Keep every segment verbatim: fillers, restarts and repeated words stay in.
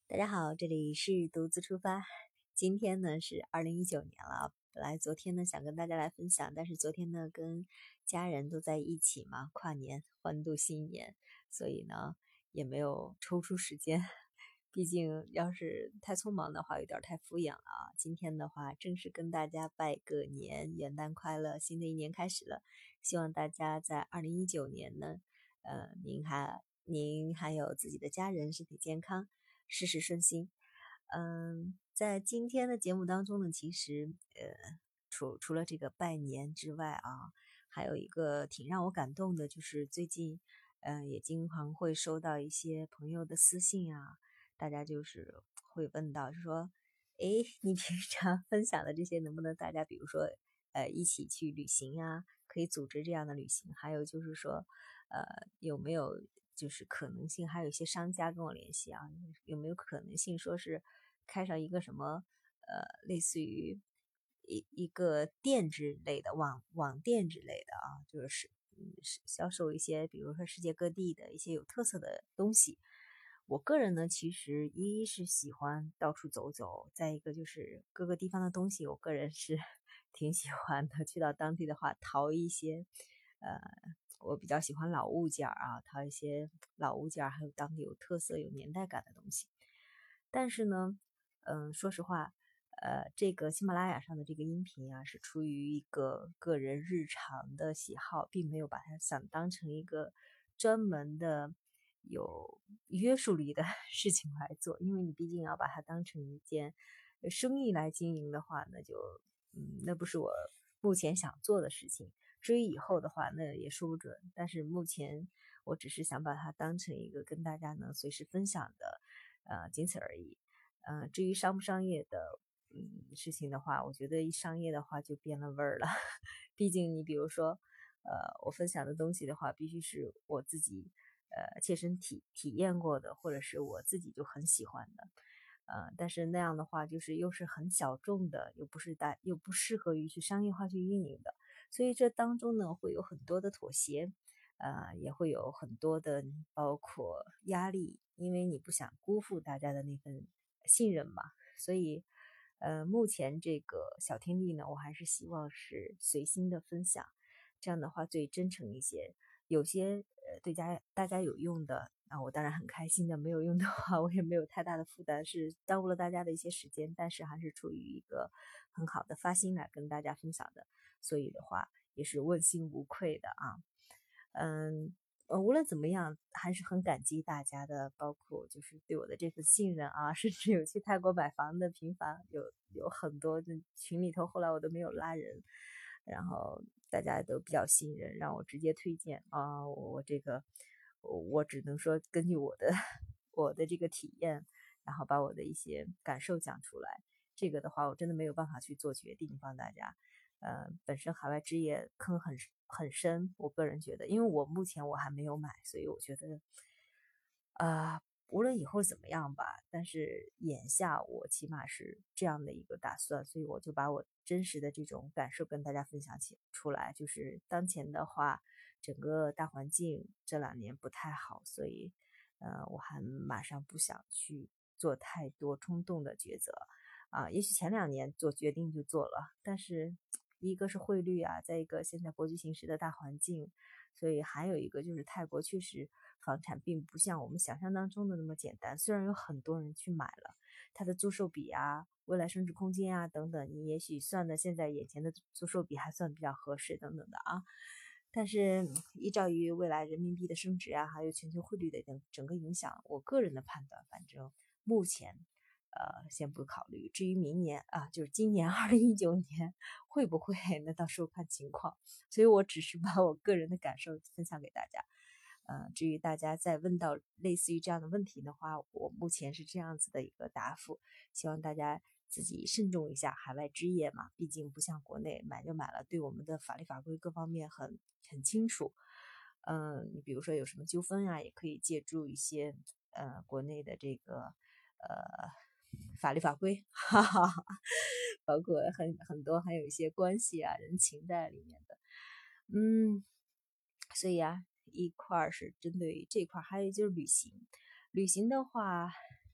大家好，这里是独自出发。今天呢是二零一九年了，本来昨天呢想跟大家来分享，但是昨天呢跟家人都在一起嘛，跨年欢度新年，所以呢也没有抽出时间。毕竟要是太匆忙的话，有点太敷衍了啊。今天的话，正式跟大家拜个年，元旦快乐，新的一年开始了。希望大家在二零一九年呢，呃，您还您还有自己的家人身体健康，事事顺心。嗯，在今天的节目当中呢，其实呃，除除了这个拜年之外啊，还有一个挺让我感动的，就是最近，呃，也经常会收到一些朋友的私信啊，大家就是会问到，就说，诶，你平常分享的这些能不能大家比如说，呃，一起去旅行啊，可以组织这样的旅行，还有就是说，呃，有没有就是可能性，还有一些商家跟我联系啊，有没有可能性说是开上一个什么呃，类似于一一个店之类的网网店之类的啊，就是嗯是销售一些比如说世界各地的一些有特色的东西。我个人呢，其实一是喜欢到处走走，再一个就是各个地方的东西，我个人是挺喜欢的。去到当地的话，淘一些，呃，我比较喜欢老物件儿啊，淘一些老物件儿，还有当地有特色、有年代感的东西。但是呢，嗯，说实话，呃，这个喜马拉雅上的这个音频啊，是出于一个个人日常的喜好，并没有把它想当成一个专门的有约束力的事情来做，因为你毕竟要把它当成一件呃生意来经营的话，那就嗯，那不是我目前想做的事情。至于以后的话，那也说不准。但是目前我只是想把它当成一个跟大家能随时分享的，呃，仅此而已。呃，至于商不商业的，嗯，事情的话，我觉得一商业的话就变了味儿了。毕竟你比如说，呃，我分享的东西的话，必须是我自己呃切身体体验过的，或者是我自己就很喜欢的。呃，但是那样的话，就是又是很小众的，又不是大，又不适合于去商业化去运营的，所以这当中呢，会有很多的妥协，呃，也会有很多的包括压力，因为你不想辜负大家的那份信任嘛，所以，呃，目前这个小天地呢，我还是希望是随心的分享，这样的话最真诚一些。有些呃对家大家有用的，那我当然很开心的；没有用的话，我也没有太大的负担，是耽误了大家的一些时间，但是还是出于一个很好的发心来跟大家分享的，所以的话也是问心无愧的啊。嗯，呃，无论怎么样，还是很感激大家的，包括就是对我的这份信任啊，甚至有去泰国买房的频繁，有有很多的群里头，后来我都没有拉人，然后大家都比较信任，让我直接推荐啊，我我这个我我只能说根据我的我的这个体验，然后把我的一些感受讲出来。这个的话，我真的没有办法去做决定，帮大家。呃，本身海外置业坑很很深，我个人觉得，因为我目前我还没有买，所以我觉得，啊、无论以后怎么样吧，但是眼下我起码是这样的一个打算，所以我就把我真实的这种感受跟大家分享起出来。就是当前的话，整个大环境这两年不太好，所以，呃，我还马上不想去做太多冲动的抉择。啊，也许前两年做决定就做了，但是一个是汇率啊，再一个现在国际形势的大环境，所以还有一个就是泰国确实房产并不像我们想象当中的那么简单，虽然有很多人去买了，它的租售比啊、未来升值空间啊等等，你也许算的现在眼前的租售比还算比较合适等等的啊，但是依照于未来人民币的升值啊，还有全球汇率的整整个影响，我个人的判断，反正目前。呃，先不考虑。至于明年啊，就是今年二零一九年会不会，那到时候看情况。所以我只是把我个人的感受分享给大家。呃，至于大家再问到类似于这样的问题的话，我目前是这样子的一个答复，希望大家自己慎重一下海外置业嘛，毕竟不像国内买就买了，对我们的法律法规各方面很很清楚。嗯、呃，你比如说有什么纠纷啊，也可以借助一些呃国内的这个呃法律法规，哈哈，包括很很多还有一些关系啊、人情在里面的，嗯，所以啊，一块儿是针对这块儿，还有就是旅行。旅行的话，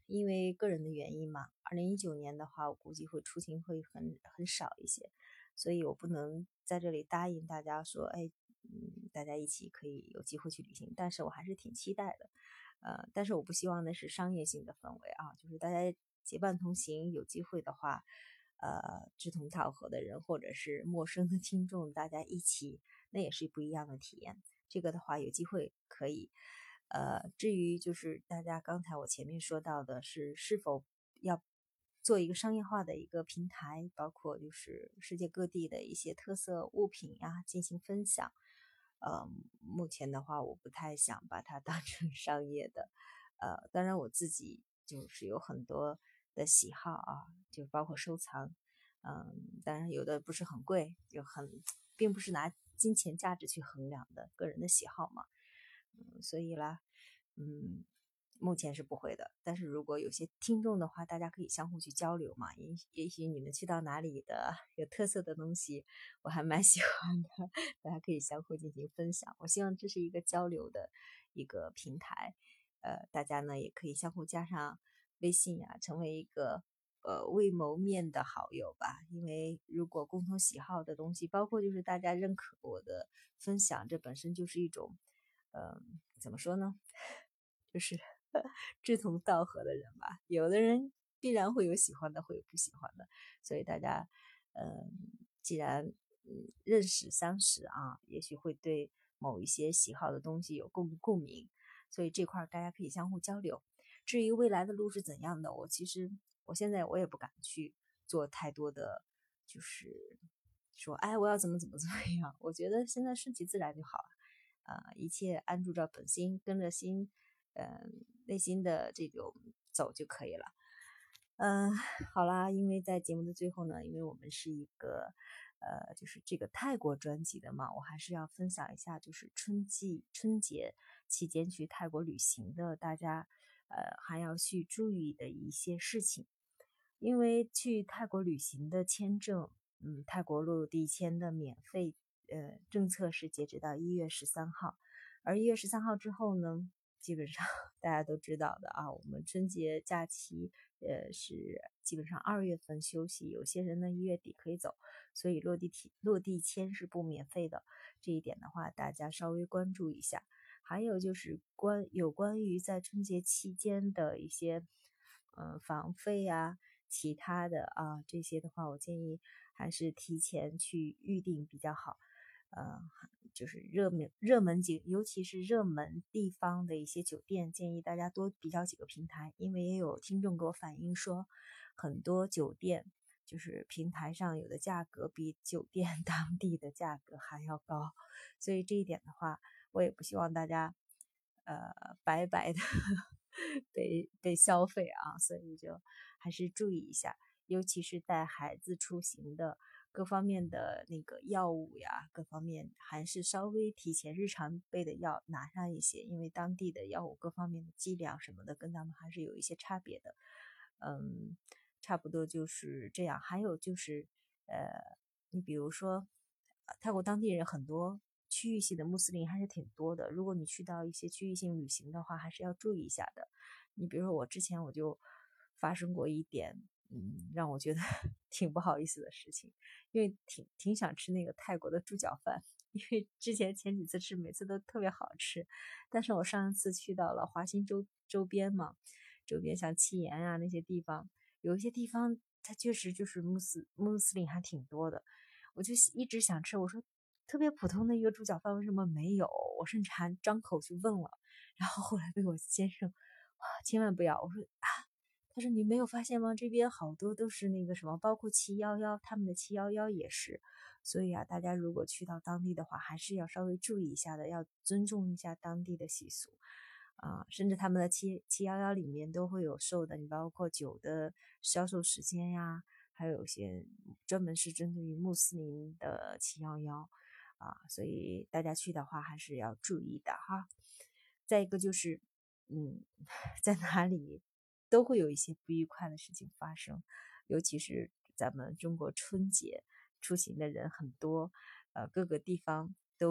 因为个人的原因嘛，二零一九年的话，我估计会出行会很很少一些，所以我不能在这里答应大家说，哎，嗯，大家一起可以有机会去旅行，但是我还是挺期待的，呃，但是我不希望的是商业性的氛围啊，就是大家结伴同行，有机会的话，呃，志同道合的人或者是陌生的听众，大家一起，那也是不一样的体验。这个的话，有机会可以。呃，至于就是大家刚才我前面说到的是是否要做一个商业化的一个平台，包括就是世界各地的一些特色物品呀进行分享。呃，目前的话，我不太想把它当成商业的。呃，当然我自己就是有很多的喜好啊，就包括收藏。嗯，当然有的不是很贵，就很，并不是拿金钱价值去衡量的，个人的喜好嘛。嗯，所以啦，嗯，目前是不会的。但是如果有些听众的话，大家可以相互去交流嘛。也也许你们去到哪里的有特色的东西，我还蛮喜欢的，大家可以相互进行分享。我希望这是一个交流的一个平台，呃，大家呢也可以相互加上微信啊，成为一个呃未谋面的好友吧。因为如果共同喜好的东西，包括就是大家认可我的分享，这本身就是一种。呃，怎么说呢？就是志同道合的人吧。有的人必然会有喜欢的，会有不喜欢的，所以大家，嗯，既然嗯认识相识啊，也许会对某一些喜好的东西有共共鸣，所以这块大家可以相互交流。至于未来的路是怎样的，我其实我现在我也不敢去做太多的，就是说，哎，我要怎么怎么怎么样。我觉得现在顺其自然就好了。啊、呃，一切按住着本心，跟着心，嗯、呃，内心的这种走就可以了。嗯、呃，好啦，因为在节目的最后呢，因为我们是一个呃，就是这个泰国专辑的嘛，我还是要分享一下，就是春季春节期间去泰国旅行的大家，呃，还要去注意的一些事情。因为去泰国旅行的签证，嗯，泰国落地签的免费。呃，政策是截止到一月十三号，而一月十三号之后呢，基本上大家都知道的啊，我们春节假期，呃，是基本上二月份休息，有些人呢一月底可以走，所以落地体落地签是不免费的，这一点的话，大家稍微关注一下。还有就是关有关于在春节期间的一些，呃，房费呀、其他的啊，这些的话，我建议还是提前去预定比较好。呃，就是热门热门景，尤其是热门地方的一些酒店，建议大家多比较几个平台，因为也有听众给我反映说，很多酒店就是平台上有的价格比酒店当地的价格还要高，所以这一点的话，我也不希望大家呃白白的被被消费啊，所以就还是注意一下，尤其是带孩子出行的。各方面的那个药物呀，各方面还是稍微提前日常备的药拿上一些，因为当地的药物各方面的剂量什么的跟他们还是有一些差别的。嗯，差不多就是这样。还有就是，呃，你比如说，泰国当地人很多区域性的穆斯林还是挺多的。如果你去到一些区域性旅行的话，还是要注意一下的。你比如说我之前我就发生过一点，嗯，让我觉得挺不好意思的事情。因为挺挺想吃那个泰国的猪脚饭，因为之前前几次吃每次都特别好吃，但是我上一次去到了华欣周周边嘛，周边像七岩啊那些地方，有一些地方它确实就是穆斯穆斯林还挺多的，我就一直想吃，我说特别普通的一个猪脚饭为什么没有？我甚至还张口去问了，然后后来被我先生哇千万不要，我说啊。他说：“你没有发现吗？这边好多都是那个什么，包括七幺幺，他们的七幺幺也是。所以啊，大家如果去到当地的话，还是要稍微注意一下的，要尊重一下当地的习俗啊。甚至他们的七七幺幺里面都会有售的，你包括酒的销售时间呀，还有一些专门是针对于穆斯林的七幺幺啊。所以大家去的话还是要注意的哈。再一个就是，嗯，在哪里？”都会有一些不愉快的事情发生，尤其是咱们中国春节出行的人很多，呃，各个地方都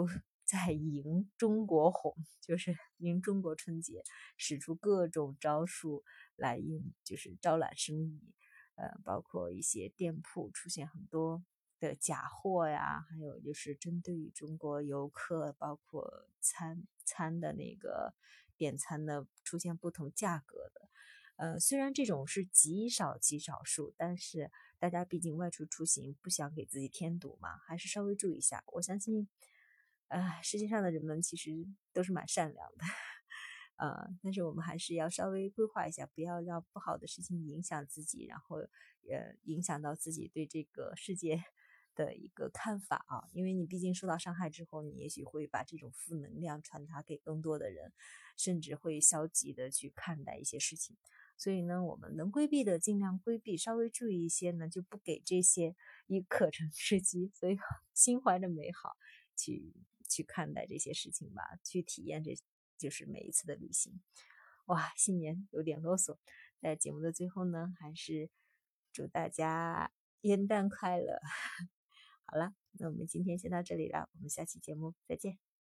在迎中国红，就是迎中国春节，使出各种招数来应，就是招揽生意。呃，包括一些店铺出现很多的假货呀，还有就是针对于中国游客，包括餐餐的那个点餐的出现不同价格的。呃，虽然这种是极少极少数，但是大家毕竟外出出行，不想给自己添堵嘛，还是稍微注意一下。我相信，呃，世界上的人们其实都是蛮善良的，呃，但是我们还是要稍微规划一下，不要让不好的事情影响自己，然后呃影响到自己对这个世界的一个看法啊。因为你毕竟受到伤害之后，你也许会把这种负能量传达给更多的人，甚至会消极的去看待一些事情。所以呢，我们能规避的尽量规避，稍微注意一些呢，就不给这些以可乘之机。所以心怀着美好去去看待这些事情吧，去体验这就是每一次的旅行。哇，新年有点啰嗦，在节目的最后呢，还是祝大家元旦快乐。好了，那我们今天先到这里了，我们下期节目再见。